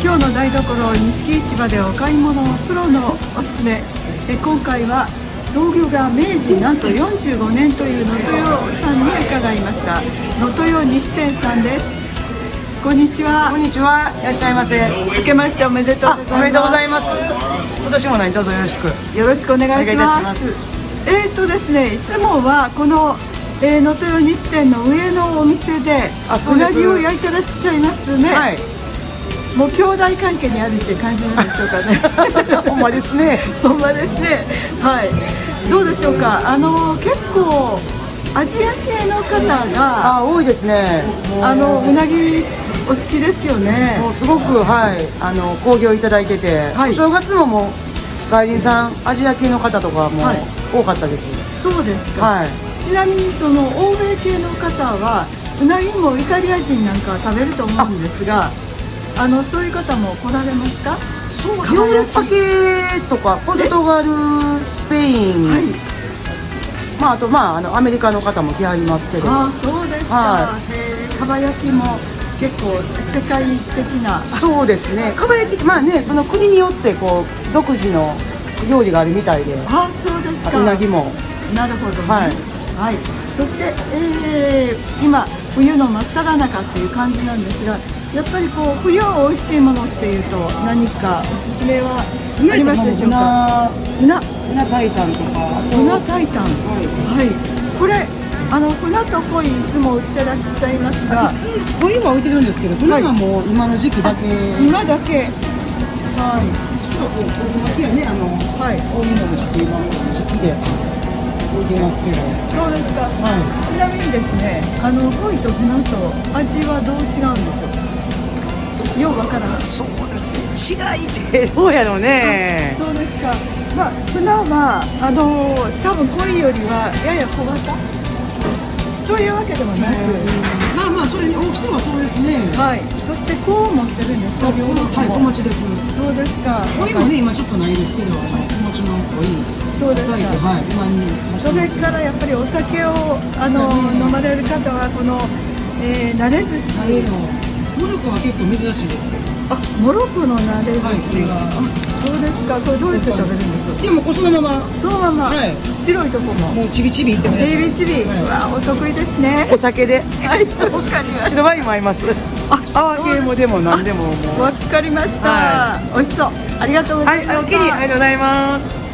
今日の台所錦市場でお買い物プロのおすすめ。今回は創業が明治なんと45年という能登洋さんに伺いました。能登洋西店さんです。こんにちは。 こんにちは。いらっしゃいませ。 明けましておめでとうございます。 おめでとうございます。今年も何卒よろしく。 よろしくお願いします。ですね、いつもはこの能登洋西店の上のお店でうなぎを焼いてらっしゃいますね。 はい。 もう兄弟関係にあるっていう感じなんでしょうかね。 ほんまですね。 ほんまですね。はい。どうでしょうか。結構アジア系の方が多いですね。 うなぎお好きですよね。 もうすごく好評いただいてて、お正月ももう外人さんアジア系の方とかも多かったです。 そうですか。ちなみにその欧米系の方はうなぎもイタリア人なんか食べると思うんですが。そういう方も来られますか？ そう、ヨーロッパ系とかポルトガル、スペイン、あとアメリカの方も来はりますけど。 そうですか。かば焼きも結構世界的な。 そうですね。かば焼きその国によって独自の料理があるみたいで。 そうですか。 うなぎも。 なるほどね。はい。そして、今冬の真っ只中っていう感じなんですが。やっぱり冬は美味しいものっていうと何かおすすめはありますでしょうか？うな炊いたんとか。 うな炊いたん。はい。これ船と鯉いつも売ってらっしゃいますが。 鯉も置いてるんですけど、船はもう今の時期だけ。 今だけ。はい。 そうこの時はね大海の今の時期で置いてますけど。 そうですか。ちなみにですね、鯉と船と味はどう違うんでしょうか？ようわからない。 そうですね。違いってどうやろうね。 そうですか。船は多分鯉よりはやや小型というわけでもなく、 それに大きさはそうですね。 はい。そしてこう持ってるんですか？両方とも。 はい、小持ちです。 そうですか。 鯉もね今ちょっとないですけど、小持ちの鯉。 そうですか。それからやっぱりお酒を飲まれる方はこの慣れ寿司。 モロコは結構珍しいですけど。 モロコの慣れ寿司。そうですか。これどうやって食べるんですか？ でもそのまま。 そのまま。白いとこも。 もうちびちびいってます。 ちびちび。お得意ですね。 お酒で。 はい。確かに。 白ワインも合います。泡系もでも何でももう。 わかりました。美味しそう。ありがとうございます。 はい、お気に入りありがとうございます。